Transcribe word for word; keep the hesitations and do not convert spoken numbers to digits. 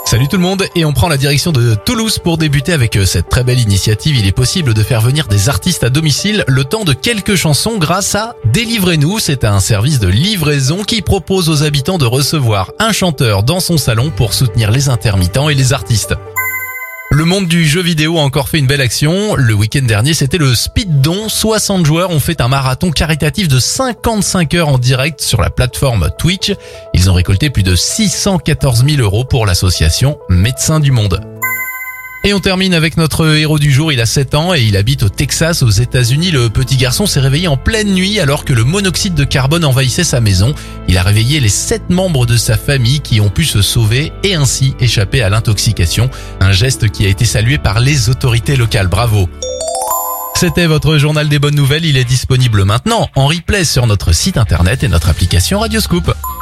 Salut tout le monde, et on prend la direction de Toulouse pour débuter avec cette très belle initiative. Il est possible de faire venir des artistes à domicile le temps de quelques chansons grâce à Délivrez-nous. C'est un service de livraison qui propose aux habitants de recevoir un chanteur dans son salon pour soutenir les intermittents et les artistes. Le monde du jeu vidéo a encore fait une belle action. Le week-end dernier, c'était le Speed Don. soixante joueurs ont fait un marathon caritatif de cinquante-cinq heures en direct sur la plateforme Twitch. Ils ont récolté plus de six cent quatorze mille euros pour l'association Médecins du Monde. Et on termine avec notre héros du jour. Il a sept ans et il habite au Texas, aux États-Unis. Le petit garçon s'est réveillé en pleine nuit alors que le monoxyde de carbone envahissait sa maison. Il a réveillé les sept membres de sa famille qui ont pu se sauver et ainsi échapper à l'intoxication. Un geste qui a été salué par les autorités locales. Bravo! C'était votre journal des bonnes nouvelles. Il est disponible maintenant en replay sur notre site internet et notre application Radioscoop.